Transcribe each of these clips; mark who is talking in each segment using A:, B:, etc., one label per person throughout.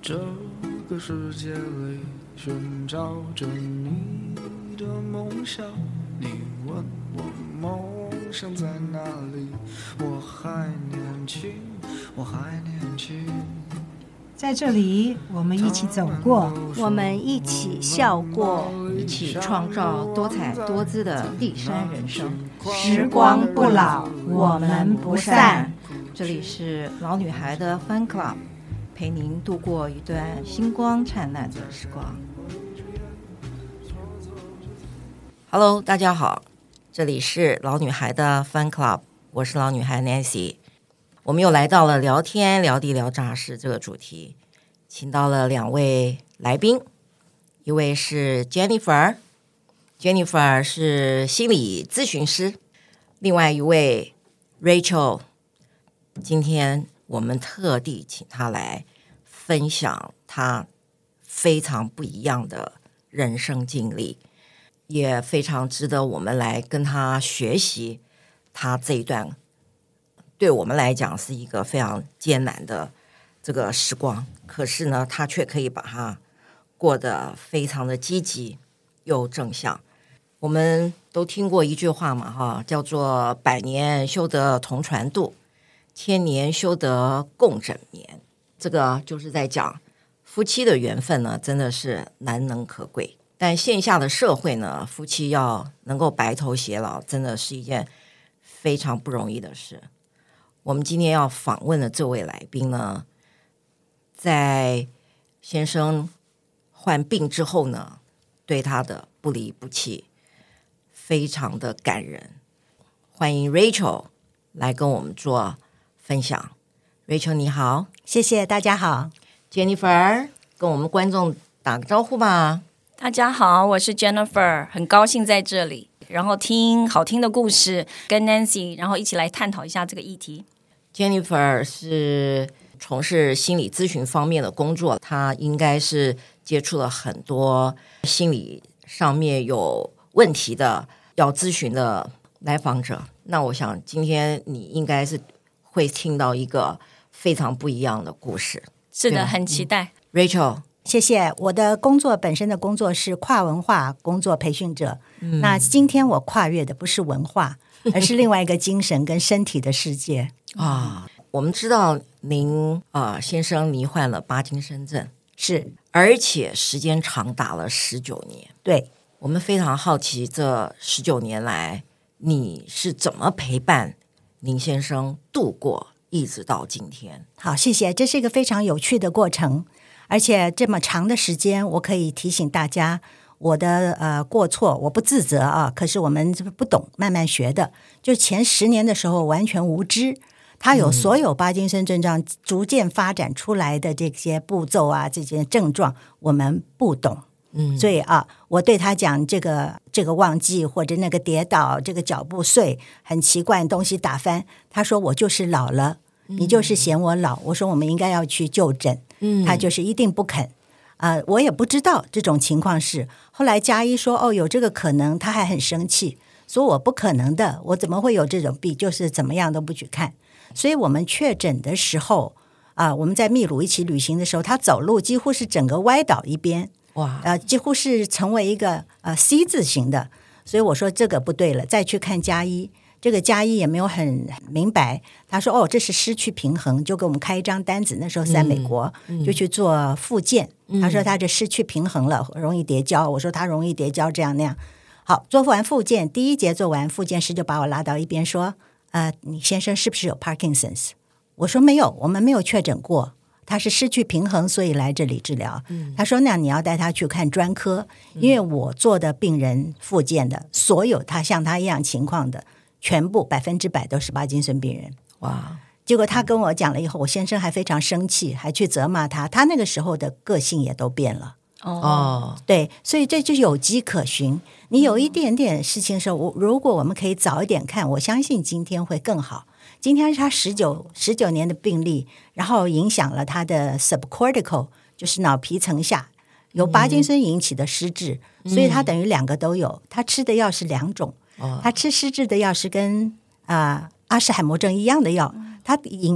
A: 这个世界里寻找着你的梦想，你问我梦想在哪里？我还年轻，我还年轻。
B: 在这里，我们一起走过，
C: 我们一起笑过，
D: 一起创造多彩多姿的第三人生。
B: 时光不老，我们不散。
D: 这里是老女孩的 Fun Club， 陪您度过一段星光灿烂的时光。Hello， 大家好，这里是老女孩的 Fun Club， 我是老女孩 Nancy。我们又来到了聊天聊地聊杂事这个主题，请到了两位来宾，一位是 Jennifer 是心理咨询师，另外一位 Rachel， 今天我们特地请她来分享她非常不一样的人生经历，也非常值得我们来跟她学习她这一段对我们来讲是一个非常艰难的这个时光，可是呢他却可以把它过得非常的积极又正向。我们都听过一句话嘛，叫做百年修得同船渡，千年修得共枕眠。这个就是在讲夫妻的缘分呢真的是难能可贵，但线下的社会呢，夫妻要能够白头偕老真的是一件非常不容易的事。我们今天要访问的这位来宾呢，在先生患病之后呢，对他的不离不弃非常的感人。欢迎 Rachel 来跟我们做分享。 Rachel 你好。
C: 谢谢，大家好。
D: Jennifer 跟我们观众打个招呼吧。
E: 大家好，我是 Jennifer， 很高兴在这里，然后听好听的故事，跟 Nancy 然后一起来探讨一下这个议题。
D: Jennifer 是从事心理咨询方面的工作，她应该是接触了很多心理上面有问题的要咨询的来访者。那我想今天你应该是会听到一个非常不一样的故事。
E: 是的，很期待。
D: Rachel，
C: 谢谢。我的工作本身的工作是跨文化工作培训者，那今天我跨越的不是文化，而是另外一个精神跟身体的世界。
D: 我们知道您先生罹患了帕金森症，
C: 是，
D: 而且时间长达了19年。
C: 对，
D: 我们非常好奇这19年来你是怎么陪伴您先生度过一直到今天。
C: 好，谢谢。这是一个非常有趣的过程，而且这么长的时间，我可以提醒大家我的过错，我不自责啊，可是我们不懂，慢慢学的。就前10年的时候完全无知，他有所有帕金森症状逐渐发展出来的这些步骤啊，这些症状我们不懂。所以我对他讲这个忘记，或者那个跌倒，这个脚步碎，很奇怪的东西打翻，他说我就是老了，你就是嫌我老。我说我们应该要去就诊，他就是一定不肯。我也不知道这种情况是，后来家医说有这个可能，他还很生气，说我不可能的，我怎么会有这种病，就是怎么样都不去看。所以我们确诊的时候我们在秘鲁一起旅行的时候，他走路几乎是整个歪倒一边，几乎是成为一个C 字形的。所以我说这个不对了，再去看家医。这个家医也没有很明白，他说这是失去平衡，就给我们开一张单子，那时候在美国，就去做复健。他说他这失去平衡了，容易跌跤。我说他容易跌跤这样那样。好，做完复健，第一节做完，复健师就把我拉到一边说你先生是不是有 Parkinson's？ 我说没有，我们没有确诊过，他是失去平衡所以来这里治疗。他说那你要带他去看专科，因为我做的病人复健的所有他像他一样情况的全部100%都是帕金森病人。结果他跟我讲了以后，我先生还非常生气，还去责骂他，他那个时候的个性也都变了。对，所以这就有迹可循。你有一点点事情的时候，如果我们可以早一点看，我相信今天会更好。今天是他19年的病例，然后影响了他的 subcortical， 就是脑皮层下由帕金森引起的失智，所以他等于2个都有。他吃的药是2种，他吃失智的药是跟阿斯海默症一样的药，他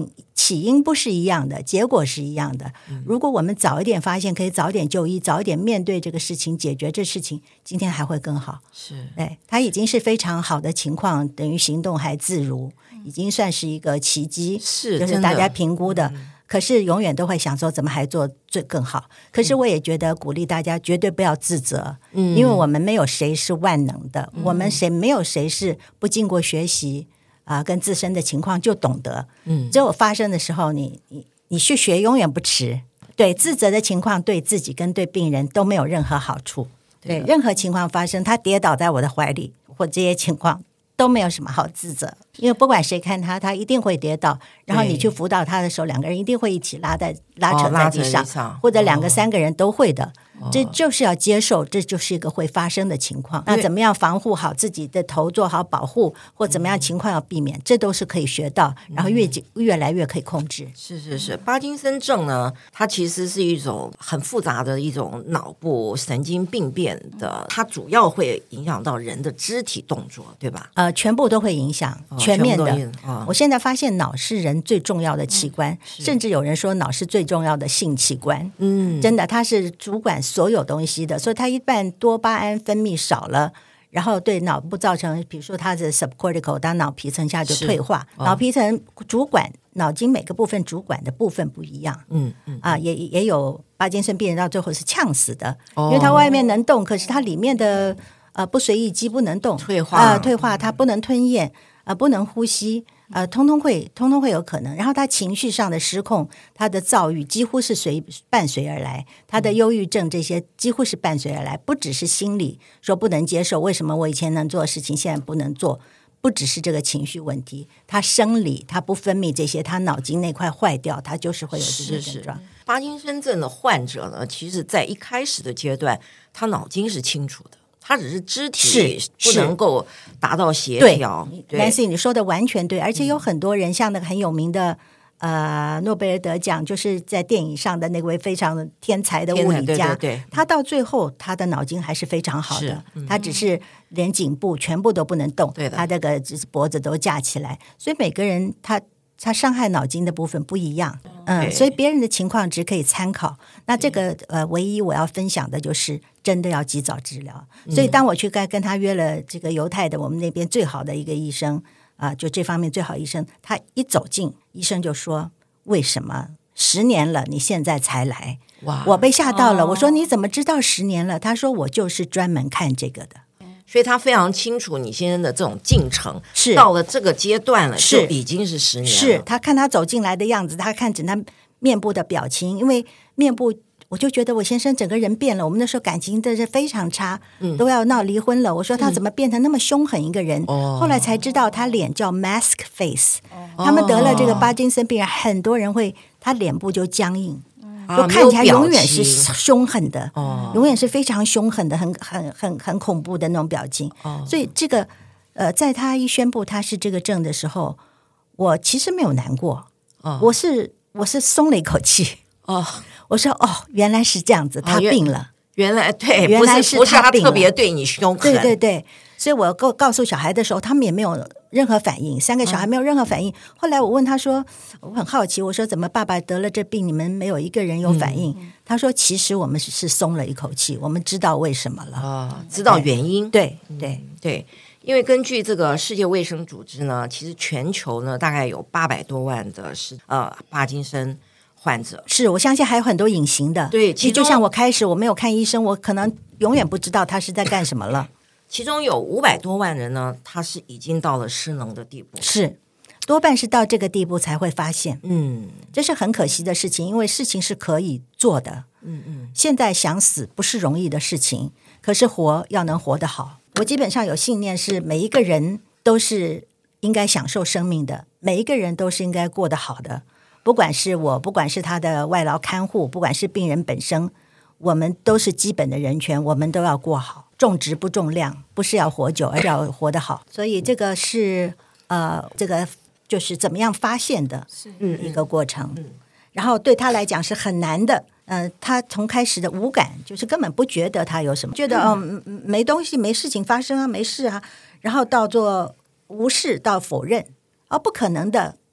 C: 起因不是一样的，结果是一样的。如果我们早一点发现，可以早一点就医，早一点面对这个事情，解决这事情，今天还会更好。
D: 是，
C: 对，他已经是非常好的情况，等于行动还自如，已经算是一个奇迹，
D: 是
C: 就是大家评估的。可是永远都会想说怎么还做更好。可是我也觉得鼓励大家绝对不要自责，因为我们没有谁是万能的，我们没有谁是不经过学习跟自身的情况就懂得。只有发生的时候，你去学永远不迟。对，自责的情况对自己跟对病人都没有任何好处。对，任何情况发生，他跌倒在我的怀里或这些情况都没有什么好自责，因为不管谁看他一定会跌倒，然后你去辅导他的时候，两个人一定会一起拉扯在地上，或者2个3个人都会的。这就是要接受，这就是一个会发生的情况。那怎么样防护好自己的头，做好保护，或怎么样情况要避免，这都是可以学到，然后越来越可以控制。
D: 是，巴金森症呢，它其实是一种很复杂的一种脑部神经病变的，它主要会影响到人的肢体动作，对吧？
C: 全部都会影响，全面的。我现在发现脑是人最重要的器官，甚至有人说脑是最重要的性器官。真的，它是主管所有东西的，所以它一旦多巴胺分泌少了，然后对脑部造成，比如说它的 subcortical， 它脑皮层下就退化。脑皮层主管脑筋每个部分主管的部分不一样。也有巴金森病人到最后是呛死的，因为他外面能动，可是他里面的不随意肌不能动，退化，他不能吞咽，不能呼吸。通通会有可能。然后他情绪上的失控，他的躁郁几乎是伴随而来，他的忧郁症这些几乎是伴随而来，不只是心理说不能接受，为什么我以前能做的事情现在不能做，不只是这个情绪问题，他生理他不分泌这些，他脑筋那块坏掉，他就是会有这些症状。
D: 巴金森症的患者呢，其实在一开始的阶段，他脑筋是清楚的，他只是肢体不能够达到协调。
C: 对 Nancy 你说的完全对，而且有很多人像那个很有名的诺贝尔得奖，就是在电影上的那位非常天才的物理家，
D: 对，
C: 他到最后他的脑筋还是非常好的，他只是连颈部全部都不能动，他这个脖子都架起来，所以每个人他伤害脑筋的部分不一样。所以别人的情况只可以参考。那这个唯一我要分享的就是真的要及早治疗。所以当我去跟他约了这个犹太的我们那边最好的一个医生就这方面最好医生，他一走进，医生就说为什么10年了你现在才来？我被吓到了。我说你怎么知道10年了？他说我就是专门看这个的。
D: 所以他非常清楚你先生的这种进程，
C: 是
D: 到了这个阶段了，就已经是10年了。
C: 是他看他走进来的样子，他看整他面部的表情，因为面部我就觉得我先生整个人变了。我们那时候感情真是非常差，都要闹离婚了。我说他怎么变成那么凶狠一个人？后来才知道他脸叫 mask face。他们得了这个巴金森病人，很多人会他脸部就僵硬。就看起来永远是凶狠的，永远是非常凶狠的，很恐怖的那种表情。所以这个在他一宣布他是这个症的时候，我其实没有难过，我是松了一口气。我说原来是这样子，他病了。
D: 原来对，
C: 原来是
D: 他特别对你凶狠。
C: 对，所以我告诉小孩的时候，他们也没有任何反应，3个小孩没有任何反应。后来我问他说，我很好奇，我说怎么爸爸得了这病，你们没有一个人有反应？他说其实我们是松了一口气，我们知道为什么了，
D: 知道原因。
C: 对，
D: 因为根据这个世界卫生组织呢，其实全球呢大概有800多万的巴金森患者。
C: 是我相信还有很多隐形的。
D: 对，
C: 就像我开始我没有看医生，我可能永远不知道他是在干什么了。
D: 其中有500多万人呢，他是已经到了失能的地步。
C: 是多半是到这个地步才会发现。这是很可惜的事情，因为事情是可以做的。现在想死不是容易的事情，可是活要能活得好。我基本上有信念是每一个人都是应该享受生命的，每一个人都是应该过得好的。不管是我，不管是他的外劳看护，不管是病人本身，我们都是基本的人权，我们都要过好。重质不重量，不是要活久，而是要活得好。所以这个是这个就是怎么样发现的一个过程。然后对他来讲是很难的。他从开始的无感，就是根本不觉得他有什么，觉得没东西，没事情发生啊，没事啊。然后到做无视，到否认，不可能的。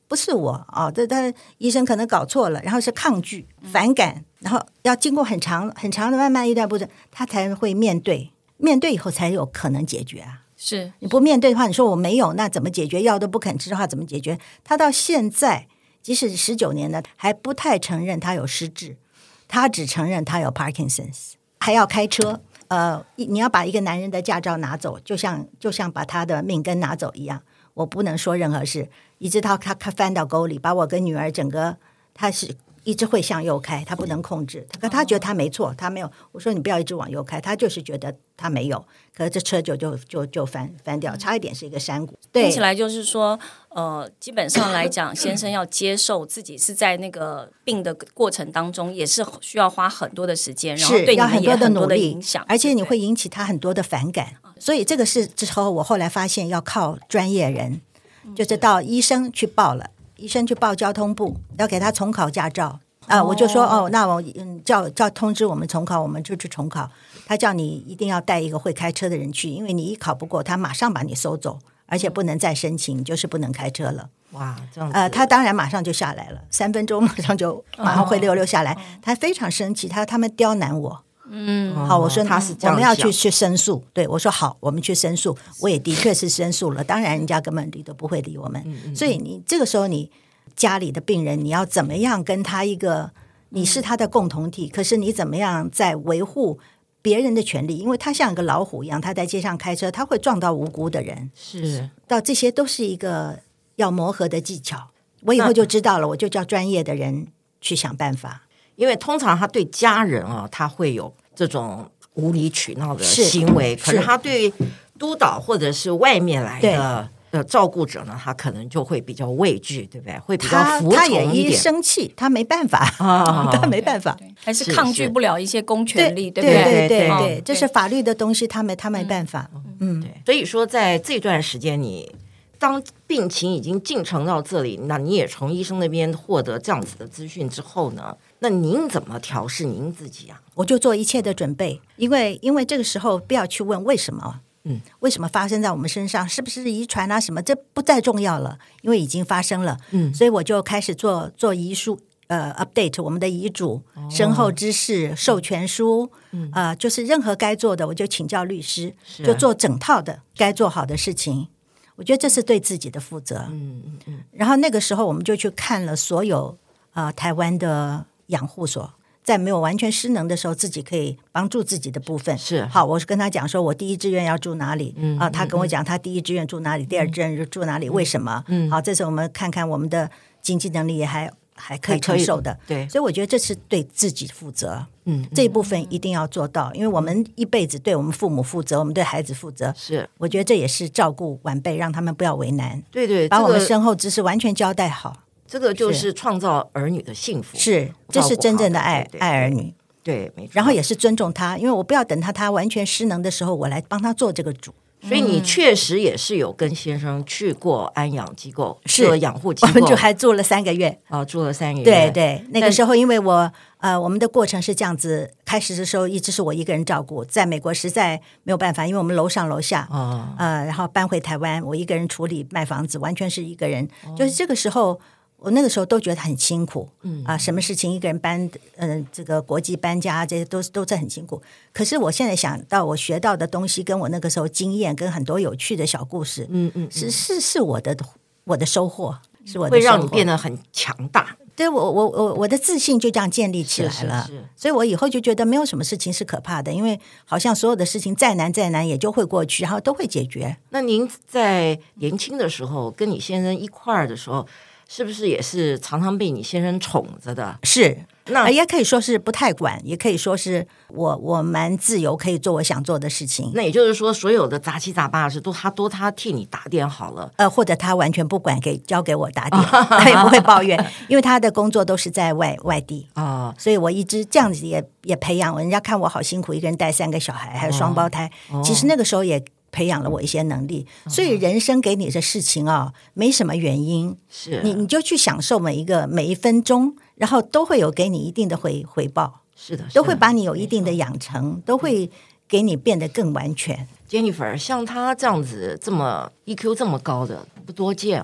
C: 不是我哦，这医生可能搞错了，然后是抗拒、反感，然后要经过很长很长的慢慢一段步骤，他才会面对以后才有可能解决啊。
E: 是
C: 你不面对的话，你说我没有，那怎么解决？药都不肯吃的话，怎么解决？他到现在即使19年了，还不太承认他有失智，他只承认他有 Parkinson's， 还要开车。你要把一个男人的驾照拿走，就像把他的命根拿走一样。我不能说任何事，一直到他翻到沟里，把我跟女儿整个，他是一直会向右开，他不能控制。他觉得他没错，他没有。我说你不要一直往右开，他就是觉得他没有。可是这车就翻掉，差一点是一个山谷。对，
E: 听起来就是说，基本上来讲，先生要接受自己是在那个病的过程当中，也是需要花很多的时间，然后对你们也很多的影响，
C: 而且你会引起他很多的反感。所以这个是之后我后来发现要靠专业人，就是到医生去报了，医生去报交通部，要给他重考驾照。我就说那我叫通知我们重考，我们就去重考。他叫你一定要带一个会开车的人去，因为你一考不过，他马上把你收走，而且不能再申请，就是不能开车了。
D: 哇，这样子。
C: 他当然马上就下来了，3分钟马上会溜下来。他非常生气，他们刁难我。好，我说
D: 他是这样
C: 我们要去申诉。对，我说好，我们去申诉。我也的确是申诉了，当然人家根本理都不会理我们。所以你这个时候你家里的病人，你要怎么样跟他一个，你是他的共同体，可是你怎么样在维护别人的权利？因为他像一个老虎一样，他在街上开车，他会撞到无辜的人。
D: 是，
C: 到这些都是一个要磨合的技巧。我以后就知道了，我就叫专业的人去想办法。
D: 因为通常他对家人啊，他会有这种无理取闹的行为，可是他对督导或者是外面来的照顾者呢，他可能就会比较畏惧，对不对？会比较服从一点。他也一
C: 生气，他没办法他没办法，
E: 还是抗拒不了一些公权力，对不
C: 对？对，这是法律的东西，他没办法。
D: 对。所以说，在这段时间你当病情已经进程到这里，那你也从医生那边获得这样子的资讯之后呢，那您怎么调试您自己啊？
C: 我就做一切的准备，因为这个时候不要去问为什么，为什么发生在我们身上，是不是遗传啊什么，这不再重要了，因为已经发生了。所以我就开始做遗书，update 我们的遗嘱、身后之事、授权书，就是任何该做的我就请教律师，就做整套的该做好的事情。我觉得这是对自己的负责。然后那个时候我们就去看了所有台湾的养护所，在没有完全失能的时候，自己可以帮助自己的部分。
D: 是
C: 好，我是跟他讲说，我第一志愿要住哪里他跟我讲他第一志愿住哪里，第二志愿住哪里，为什么？好，这时候我们看看我们的经济能力也还可以承受的。
D: 对，
C: 所以我觉得这是对自己负责。这一部分一定要做到，因为我们一辈子对我们父母负责，我们对孩子负责。
D: 是，
C: 我觉得这也是照顾晚辈，让他们不要为难。
D: 对，
C: 把我们身后之事完全交代好。
D: 这个就是创造儿女的幸福，
C: 是，这是真正的爱儿女。
D: 对，没错。
C: 然后也是尊重他，因为我不要等他完全失能的时候，我来帮他做这个主。
D: 所以你确实也是有跟先生去过安养机构，
C: 是
D: 养护机构，
C: 我们就还住了3个月。
D: 住了3个月。
C: 对，那个时候因为我们的过程是这样子，开始的时候一直是我一个人照顾，在美国实在没有办法，因为我们楼上楼下，然后搬回台湾，我一个人处理卖房子，完全是一个人。就是这个时候，我那个时候都觉得很辛苦，什么事情一个人搬，这个国际搬家这些都是很辛苦。可是我现在想到我学到的东西，跟我那个时候经验，跟很多有趣的小故事，是我的收获，是我的收获，
D: 会让你变得很强大。
C: 对，我的自信就这样建立起来了，所以我以后就觉得没有什么事情是可怕的，因为好像所有的事情再难也就会过去，然后都会解决。
D: 那您在年轻的时候跟你先生一块儿的时候，是不是也是常常被你先生宠着的？
C: 是，
D: 那
C: 也可以说是不太管，也可以说是我蛮自由，可以做我想做的事情。
D: 那也就是说，所有的杂七杂八的事他替你打点好了，
C: 或者他完全不管，交给我打点，他也不会抱怨，因为他的工作都是在外地所以我一直这样子也培养我。人家看我好辛苦，一个人带3个小孩，还有双胞胎，其实那个时候也培养了我一些能力。所以人生给你的事情没什么原因，
D: 是
C: 你就去享受每一分钟，然后都会有给你一定的回报。
D: 是的，
C: 都会把你有一定的养成，都会给你变得更完全。
D: Jennifer 像她这样子这么 EQ 这么高的不多见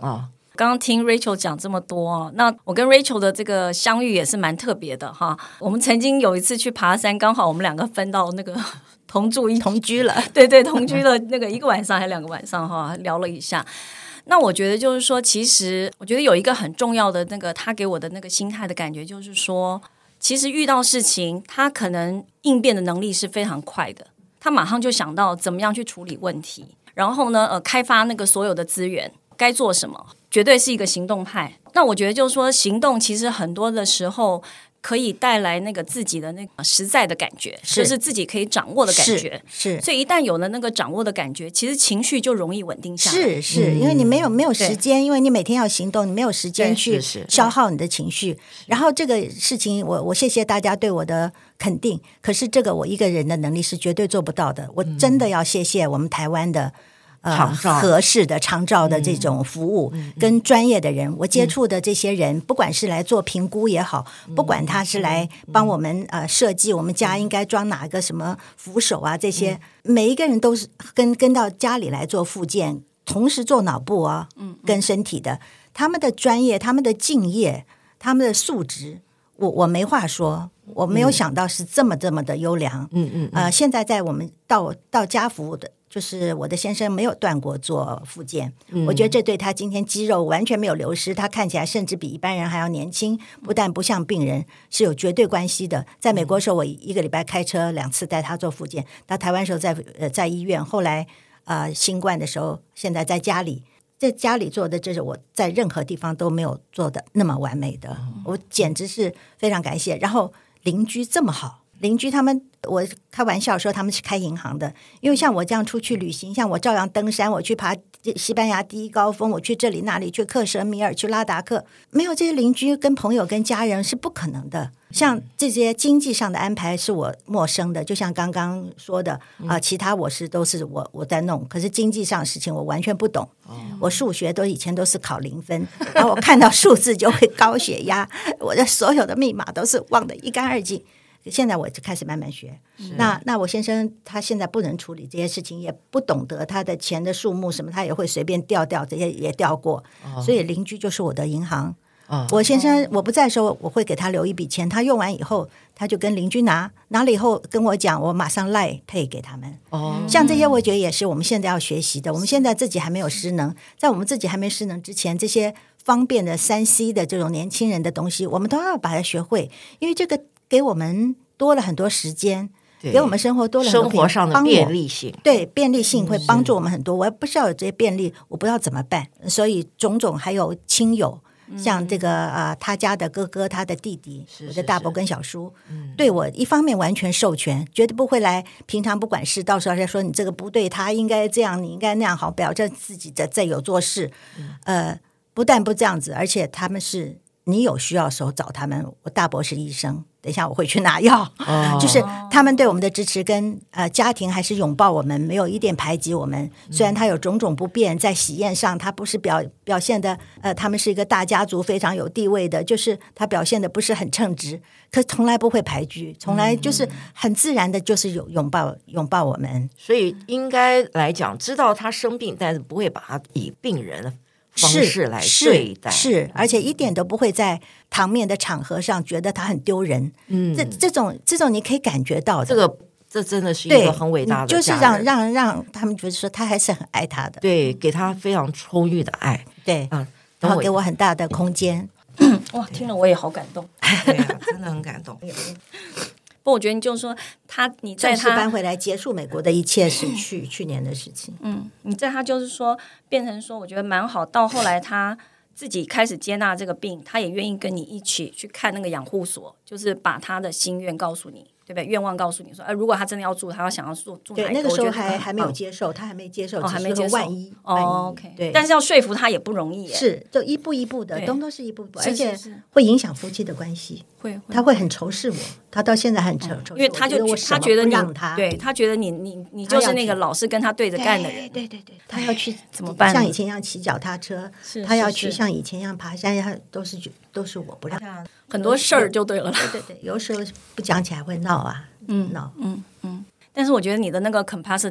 E: 刚刚听 Rachel 讲这么多，那我跟 Rachel 的这个相遇也是蛮特别的哈。我们曾经有一次去爬山，刚好我们两个分到那个同居了，对对，同居了那个1个晚上还2个晚上哈，聊了一下。那我觉得就是说，其实我觉得有一个很重要的那个他给我的那个心态的感觉，就是说，其实遇到事情，他可能应变的能力是非常快的，他马上就想到怎么样去处理问题，然后呢，开发那个所有的资源，该做什么，绝对是一个行动派。那我觉得就是说，行动其实很多的时候可以带来那个自己的那个实在的感觉，就是自己可以掌握的感觉。
C: 是，
E: 所以一旦有了那个掌握的感觉，其实情绪就容易稳定下来。
C: 是，因为你没有时间，因为你每天要行动，你没有时间去消耗你的情绪。然后这个事情，我谢谢大家对我的肯定，可是这个我一个人的能力是绝对做不到的。我真的要谢谢我们台湾的合适的长照的这种服务跟专业的人，我接触的这些人，不管是来做评估也好，不管他是来帮我们设计我们家应该装哪个什么扶手啊，这些每一个人都是跟到家里来做复健，同时做脑部啊，跟身体的，他们的专业，他们的敬业，他们的素质，我没话说。我没有想到是这么的优良。现在在我们到家服务的，就是我的先生没有断过做复健，我觉得这对他今天肌肉完全没有流失，他看起来甚至比一般人还要年轻，不但不像病人，是有绝对关系的。在美国的时候，我1个礼拜开车2次带他做复健，到台湾的时候在医院，后来新冠的时候，现在在家里。在家里做的，这是我在任何地方都没有做的那么完美的，我简直是非常感谢。然后邻居这么好，邻居他们，我开玩笑说他们是开银行的，因为像我这样出去旅行，像我照样登山，我去爬西班牙第1高峰，我去这里那里，去克什米尔，去拉达克，没有这些邻居跟朋友跟家人是不可能的。像这些经济上的安排是我陌生的，就像刚刚说的其他都是我在弄，可是经济上的事情我完全不懂。我数学以前都是考0分，然后我看到数字就会高血压，我的所有的密码都是忘得一干二净。现在我就开始慢慢学。那我先生他现在不能处理这些事情，也不懂得他的钱的数目什么，他也会随便调，这些也调过。所以邻居就是我的银行。我先生我不在的时候，我会给他留一笔钱，他用完以后他就跟邻居拿了以后跟我讲，我马上赖配给他们。像这些我觉得也是我们现在要学习的。我们现在自己还没有失能，在我们自己还没失能之前，这些方便的3C 的这种年轻人的东西，我们都要把它学会，因为这个给我们多了很多时间，给我们生活多了很多
D: 生活上的便利性。
C: 对，便利性会帮助我们很多。我不需要有这些便利，我不知道怎么办。所以种种还有亲友，像这个他家的哥哥，他的弟弟，我的大伯跟小叔，对我一方面完全授权，绝对不会来平常不管事，到时候再说你这个不对，他应该这样，你应该那样，好表现自己在有做事。不但不这样子，而且他们是你有需要的时候找他们。我大伯是医生，等一下我会去拿药。就是他们对我们的支持跟家庭还是拥抱我们，没有一点排挤我们。虽然他有种种不便，在喜宴上他不是表现的他们是一个大家族非常有地位的，就是他表现的不是很称职，可从来不会排拒，从来就是很自然的就是拥抱我们。
D: 所以应该来讲，知道他生病，但是不会把他以病人的方式来对待，
C: 是，而且一点都不会在堂面的场合上觉得他很丢人。这种你可以感觉到的，
D: 这真的是一个很伟大的家人，
C: 就是让他们觉得说他还是很爱他的，
D: 对，给他非常充裕的爱，
C: 对，然后给我很大的空间。
E: 哇，听了我也好感动，
D: 对啊，真的很感动。
E: 不，我觉得你就是说你在他
C: 搬回来结束美国的一切是去年的事情。
E: 你在他就是说变成说，我觉得蛮好。到后来他自己开始接纳这个病，他也愿意跟你一起去看那个养护所，就是把他的心愿告诉你，对不对？愿望告诉你说，如果他真的要住，他要想要住哪一个？
C: 对，那个时候还没有接受，他还没接受，
E: 还没接受。
C: 万一
E: ，OK，
C: 对。
E: 但是要说服他也不容易，
C: 是，就一步一步的，都是一步步，而且会影响夫妻的关系。他会很仇视我，他到现在很仇视我，
E: 因为他觉得你
C: 让他，
E: 对他觉得你就是那个老是跟他对着干的人，
C: 对，他要去
E: 怎么办？
C: 像以前一样骑脚踏车，他要去像以前一样爬山，他都是我不让，
E: 很多事儿就对了。
C: 对，有时候不讲起来会闹啊，闹。
E: 但是我觉得你的那个 capacity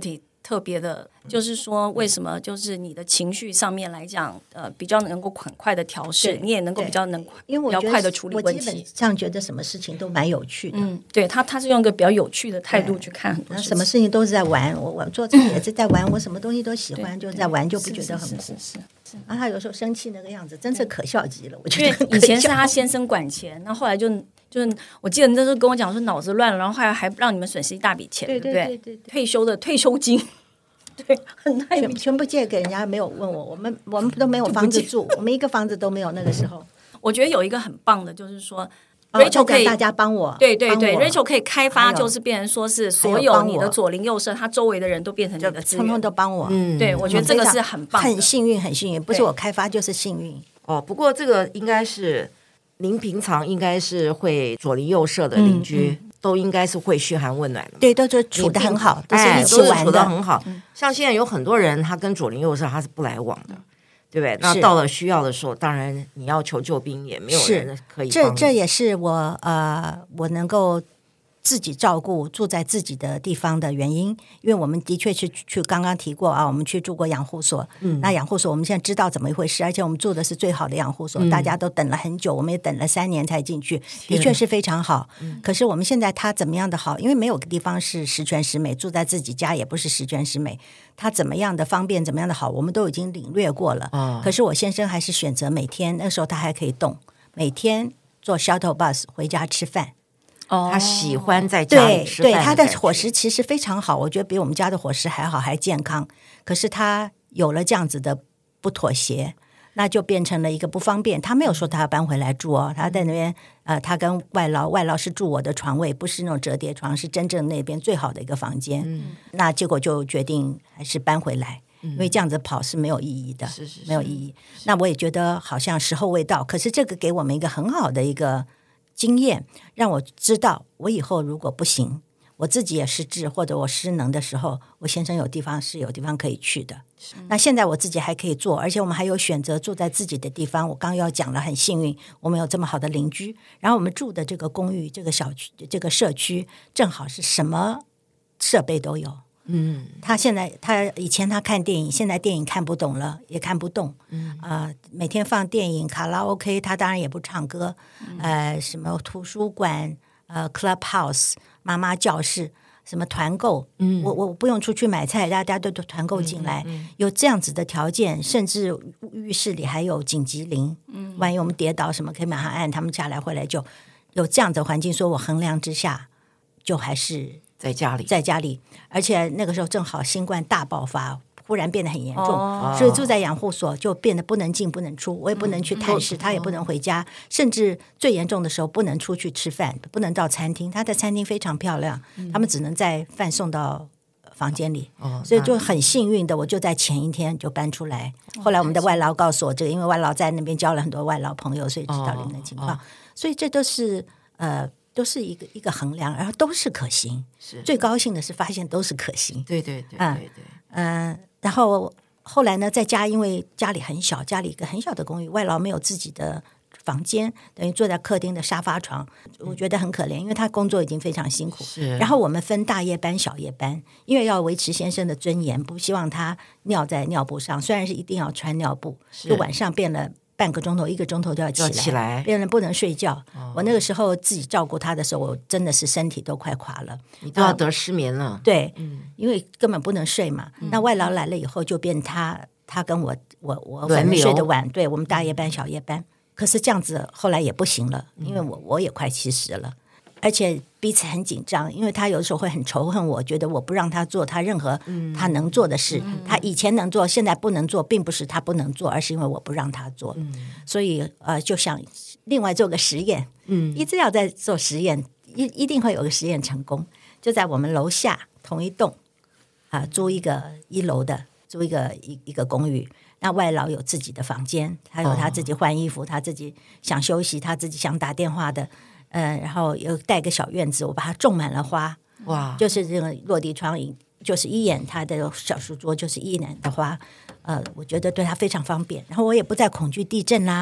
E: 特别的，就是说为什么就是你的情绪上面来讲，比较能够很快的调试，你也能够比较
C: 因为我
E: 比较快的处理问题。
C: 我基本上觉得什么事情都蛮有趣的。
E: 对他是用一个比较有趣的态度去看很多事情，
C: 什么事情都是在玩。我做这个也是在玩，我什么东西都喜欢，就在玩，就不觉得很苦。然后他有时候生气那个样子，真是可笑极了。我觉得
E: 以前是他先生管钱，那后来就是我记得你那时候跟我讲说脑子乱了，然后后来还让你们损失一大笔钱，对不对？退休金，对，
C: 全部借给人家，没有问我，我们都没有房子住，我们一个房子都没有。那个时候，
E: 我觉得有一个很棒的，就是说。Rachel 可以
C: 大家帮我，
E: 对 Rachel 可以开发，就是变成说是所有你的左邻右舍，他周围的人都变成你的资源，
C: 通通都帮我。
E: 对，我觉得这个是很棒的，
C: 很幸运，不是我开发就是幸运。
D: 不过这个应该是您平常应该是会左邻右舍的邻居，都应该是会嘘寒问暖的，
C: 对，都是处得很好，都是一起玩的，
D: 处得很好。像现在有很多人，他跟左邻右舍他是不来往的。对不对？那到了需要的时候，当然你要求救兵，也没有人可以帮你。
C: 这也是我能够自己照顾住在自己的地方的原因，因为我们的确是去刚刚提过啊，我们去住过养护所。那养护所我们现在知道怎么一回事，而且我们住的是最好的养护所，大家都等了很久，我们也等了3年才进去，的确是非常好。可是我们现在它怎么样的好？因为没有个地方是十全十美，住在自己家也不是十全十美。它怎么样的方便，怎么样的好，我们都已经领略过了。可是我先生还是选择每天，那时候他还可以动，每天坐 shuttle bus 回家吃饭。
D: 他喜欢在家里吃饭，
C: 对，他的伙食其实非常好，我觉得比我们家的伙食还好，还健康。可是他有了这样子的不妥协，那就变成了一个不方便。他没有说他要搬回来住哦，他在那边他跟外劳是住我的床位，不是那种折叠床，是真正那边最好的一个房间。那结果就决定还是搬回来。因为这样子跑是没有意义的，没有意义。那我也觉得好像时候未到，可是这个给我们一个很好的一个经验，让我知道我以后如果不行，我自己也失智或者我失能的时候，我先生有地方可以去的。那现在我自己还可以做，而且我们还有选择住在自己的地方。我刚要讲了，很幸运我们有这么好的邻居，然后我们住的这个公寓、这个小区、这个社区正好是什么设备都有。他以前他看电影，现在电影看不懂了，也看不动。每天放电影、卡拉 OK， 他当然也不唱歌。什么图书馆、Clubhouse、妈妈教室、什么团购，我不用出去买菜，大家都团购进来。有这样子的条件，甚至浴室里还有紧急铃，万一我们跌倒什么，可以马上按，他们下来回来就有这样的环境。说我衡量之下，就还是。在家里，而且那个时候正好新冠大爆发，忽然变得很严重，所以住在养护所就变得不能进不能出，我也不能去探视，他也不能回家，甚至最严重的时候不能出去吃饭，不能到餐厅。他的餐厅非常漂亮，他们只能在饭送到房间里，所以就很幸运的，我就在前一天就搬出来。后来我们的外劳告诉我这个，因为外劳在那边交了很多外劳朋友，所以知道你们的情况，所以这都是一个衡量，然后都是可行。最高兴的是发现都是可行。
D: 对。
C: 然后后来呢，在家，因为家里很小，家里一个很小的公寓，外劳没有自己的房间，等于坐在客厅的沙发床，我觉得很可怜，因为他工作已经非常辛苦。然后我们分大夜班、小夜班，因为要维持先生的尊严，不希望他尿在尿布上，虽然是一定要穿尿布，就晚上变了。半个钟头、1个钟头就要起来，别人不能睡觉。我那个时候自己照顾他的时候，我真的是身体都快垮了，
D: 你都要得失眠了。
C: 对，因为根本不能睡嘛。那外劳来了以后，就变他跟我反正睡得晚，对我们大夜班、小夜班。可是这样子后来也不行了，因为我也快70了。而且彼此很紧张，因为他有时候会很仇恨我，觉得我不让他做他任何他能做的事，他以前能做现在不能做，并不是他不能做，而是因为我不让他做。所以就想另外做个实验，一直要在做实验，一定会有个实验成功。就在我们楼下同一栋租一个1楼的，租一个公寓，那外劳有自己的房间，他有他自己换衣服，他自己想休息，他自己想打电话的。然后又带个小院子，我把它种满了花。哇！就是这个落地窗，就是一眼他的小书桌就是一眼的花。我觉得对他非常方便。然后我也不再恐惧地震啦，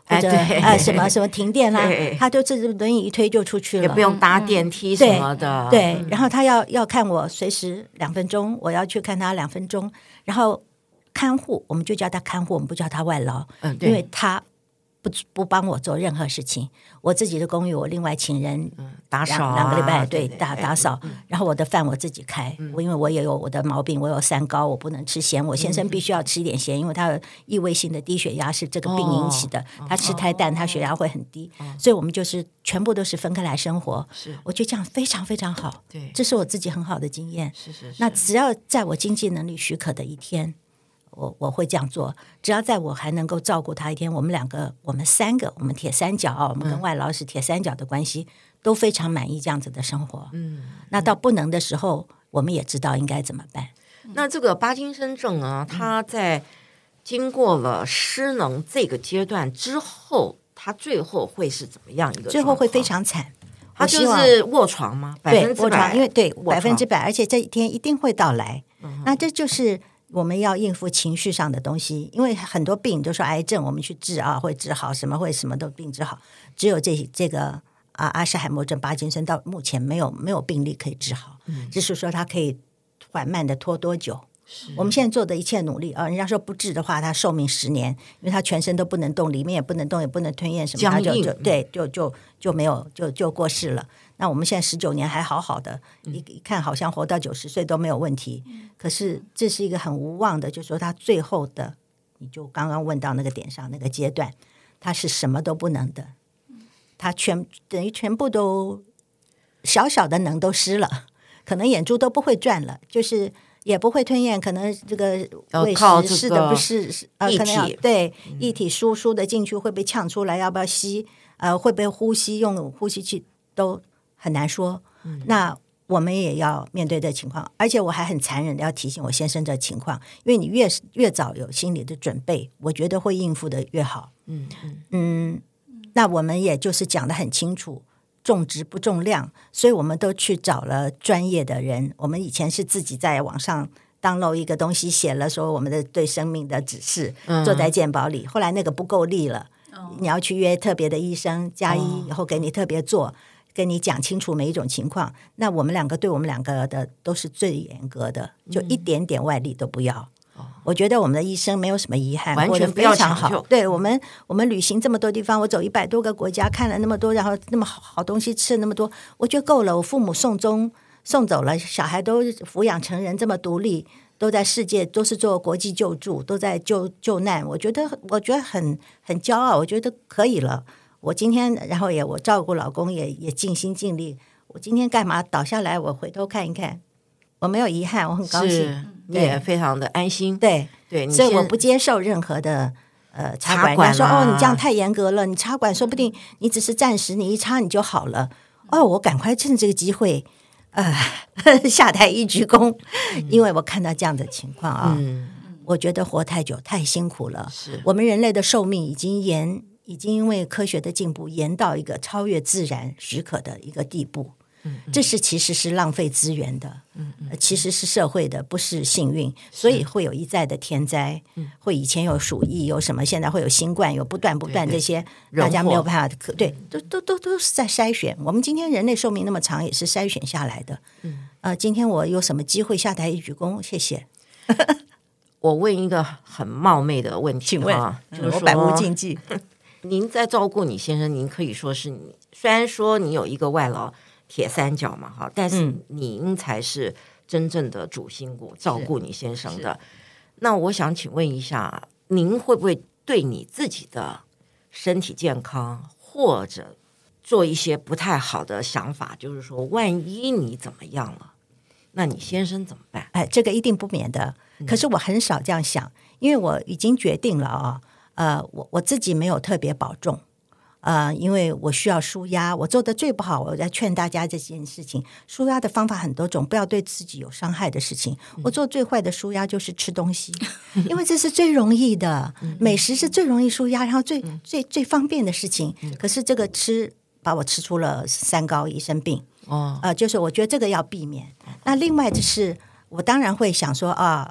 C: 或者什么停电啦，他就这轮椅一推就出去了，
D: 也不用搭电梯什么的。
C: 对，然后他要看我随时2分钟，我要去看他2分钟，然后看护我们就叫他看护，我们不叫他外劳，因为他不帮我做任何事情。我自己的公寓我另外请人
D: 打扫
C: 2个礼拜，对，打扫，然后我的饭我自己开，因为我也有我的毛病，我有3高，我不能吃咸，我先生必须要吃一点咸，因为他有异位性的低血压是这个病引起的，他吃太淡他血压会很低，所以我们就是全部都是分开来生活，我觉得这样非常非常好，
D: 对，
C: 这是我自己很好的经验。
D: 是
C: 那只要在我经济能力许可的一天，我会这样做，只要在我还能够照顾他一天，我们3个，我们铁三角，我们跟外劳是铁三角的关系，都非常满意这样子的生活。那到不能的时候，我们也知道应该怎么办。
D: 那这个帕金森症啊，他在经过了失能这个阶段之后，他最后会是怎么样一个？
C: 最后会非常惨。
D: 他就是卧床吗？
C: 对，卧床，因为对
D: 100%，
C: 而且这一天一定会到来。那这就是我们要应付情绪上的东西，因为很多病都说癌症我们去治啊会治好，什么会什么都病治好，只有这个阿兹海默症、帕金森到目前没有病例可以治好，只是说它可以缓慢的拖多久。我们现在做的一切努力人家说不治的话，他寿命10年，因为他全身都不能动，里面也不能动，也不能吞咽什么，他就没有就过世了。那我们现在19年还好好的，一看好像活到90岁都没有问题。可是这是一个很无望的，就是说他最后的，你就刚刚问到那个点上那个阶段，他是什么都不能的，他等于全部都小小的能都失了，可能眼珠都不会转了，就是也不会吞咽，可能这个喂食是的不是
D: 液体，
C: 可能要对液体输的进去会被呛出来，要不要吸会不会呼吸，用呼吸器都很难说。那我们也要面对这情况，而且我还很残忍的要提醒我先生这情况，因为你越早有心理的准备，我觉得会应付的越好。那我们也就是讲得很清楚，重质不重量，所以我们都去找了专业的人。我们以前是自己在网上download一个东西，写了说我们的对生命的指示，做在健保里，后来那个不够力了，你要去约特别的医生加医以后给你特别做，跟你讲清楚每一种情况。那我们2个对我们2个的都是最严格的，就一点点外力都不要。我觉得我们的医生没有什么遗憾，
D: 完全不要抢救。
C: 对，我们旅行这么多地方，我走100多个国家，看了那么多，然后那么好东西吃了那么多，我觉得够了。我父母送走了，小孩都抚养成人，这么独立，都在世界都是做国际救助，都在救难。我觉得很骄傲，我觉得可以了。我今天然后我照顾老公也尽心尽力。我今天干嘛倒下来？我回头看一看，我没有遗憾，我很高兴。
D: 你也非常的安心，
C: 对，所以我不接受任何的插管。说你这样太严格了，你插管说不定你只是暂时，你一插你就好了。我赶快趁这个机会下台一鞠躬，因为我看到这样的情况我觉得活太久太辛苦了。我们人类的寿命已经因为科学的进步延到一个超越自然许可的一个地步。这其实是浪费资源的，其实是社会的，不是幸运，所以会有一再的天灾，会以前有鼠疫，有什么，现在会有新冠，有不断这些，大家没有办法，对，都是在筛选。我们今天人类寿命那么长，也是筛选下来的。今天我有什么机会下台一鞠躬？谢谢。
D: 我问一个很冒昧的问题，
C: 请问
D: 就是
C: 我百无禁忌。
D: 您在照顾你先生，您可以说是你，虽然说你有一个外劳铁三角嘛，但是您才是真正的主心骨，照顾你先生的。那我想请问一下，您会不会对你自己的身体健康或者做一些不太好的想法，就是说万一你怎么样了，那你先生怎么办？
C: 这个一定不免的。可是我很少这样想，因为我已经决定了我自己没有特别保重。因为我需要舒压，我做的最不好，我在劝大家这件事情，舒压的方法很多种，不要对自己有伤害的事情。我做最坏的舒压就是吃东西，因为这是最容易的，美食是最容易舒压，然后最方便的事情。可是这个把我吃出了3高一生病就是我觉得这个要避免。那另外就是我当然会想说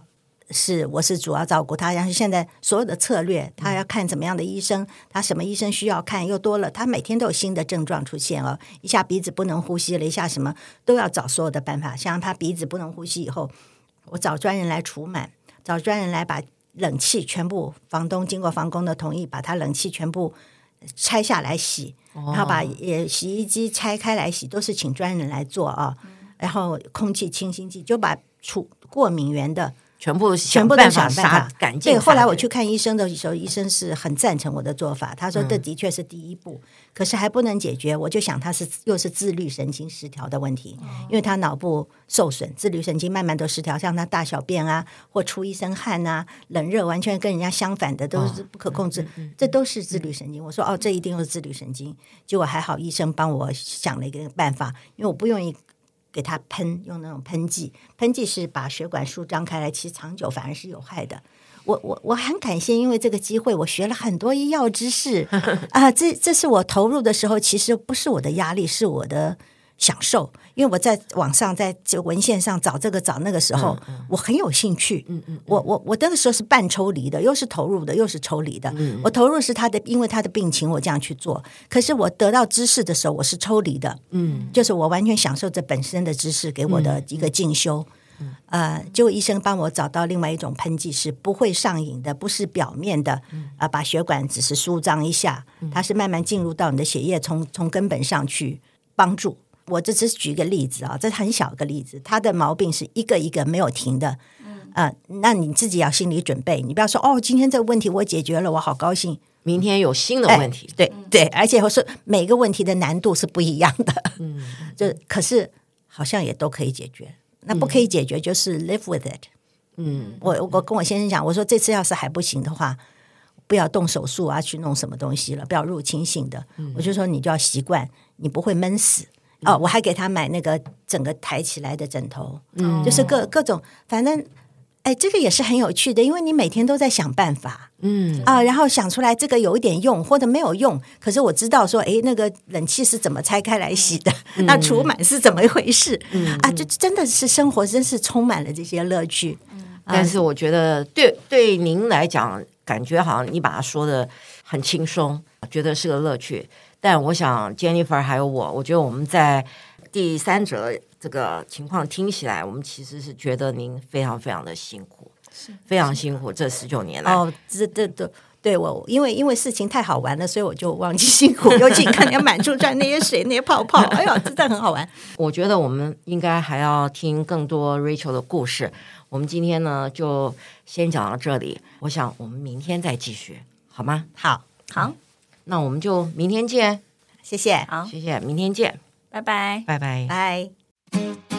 C: 我是主要照顾他，然后现在所有的策略，他要看怎么样的医生，他什么医生需要看又多了，他每天都有新的症状出现哦，一下鼻子不能呼吸了，一下什么都要找所有的办法。像他鼻子不能呼吸以后，我找专人来除螨，找专人来把冷气全部，房东经过房东的同意，把他冷气全部拆下来洗，然后把洗衣机拆开来洗，都是请专人来做啊。然后空气清新剂就把除过敏源的全部都想办法赶尽。对，后来我去看医生的时候，医生是很赞成我的做法，他说这的确是第一步，可是还不能解决。我就想他又是自律神经失调的问题，因为他脑部受损，自律神经慢慢都失调，像他大小便啊或出一身汗啊，冷热完全跟人家相反的，都是不可控制，这都是自律神经。我说这一定是自律神经。结果还好医生帮我想了一个办法，因为我不用给他用那种喷剂是把血管舒张开来，其实长久反而是有害的。我很感谢，因为这个机会我学了很多医药知识啊，这是我投入的时候，其实不是我的压力，是我的享受。因为我在网上在文献上找这个找那个时候，我很有兴趣。我那个时候是半抽离的，又是投入的，又是抽离的。我投入是因为他的病情我这样去做，可是我得到知识的时候我是抽离的。就是我完全享受这本身的知识给我的一个进修。结果医生帮我找到另外一种喷剂是不会上瘾的，不是表面的把血管只是舒张一下，它是慢慢进入到你的血液，从根本上去帮助。我这只是举一个例子啊，这很小一个例子，他的毛病是一个一个没有停的。那你自己要心理准备，你不要说今天这个问题我解决了，我好高兴，
D: 明天有新的问题。
C: 对，而且我说每个问题的难度是不一样的。可是好像也都可以解决。那不可以解决就是 live with it。我跟我先生讲，我说这次要是还不行的话，不要动手术啊，去弄什么东西了，不要入侵性的。我就说你就要习惯，你不会闷死。我还给他买那个整个抬起来的枕头，就是各种，反正这个也是很有趣的，因为你每天都在想办法，然后想出来这个有一点用或者没有用，可是我知道说，那个冷气是怎么拆开来洗的，那除螨是怎么一回事，就真的是生活真是充满了这些乐趣。
D: 但是我觉得对您来讲，感觉好像你把它说的很轻松，觉得是个乐趣。但我想 Jennifer 还有我觉得我们在第三者这个情况听起来，我们其实是觉得您非常非常的辛苦，非常辛苦这19年来。
C: 对，我因为事情太好玩了，所以我就忘记辛苦。尤其看见满处转那些水那些泡泡，哎呦，真的很好玩。
D: 我觉得我们应该还要听更多 Rachel 的故事。我们今天呢就先讲到这里，我想我们明天再继续，好吗？
C: 好，
D: 那我们就明天见。
C: 谢谢，
E: 好，
D: 谢谢，明天见，
E: 拜拜，
D: 拜拜，
C: 拜。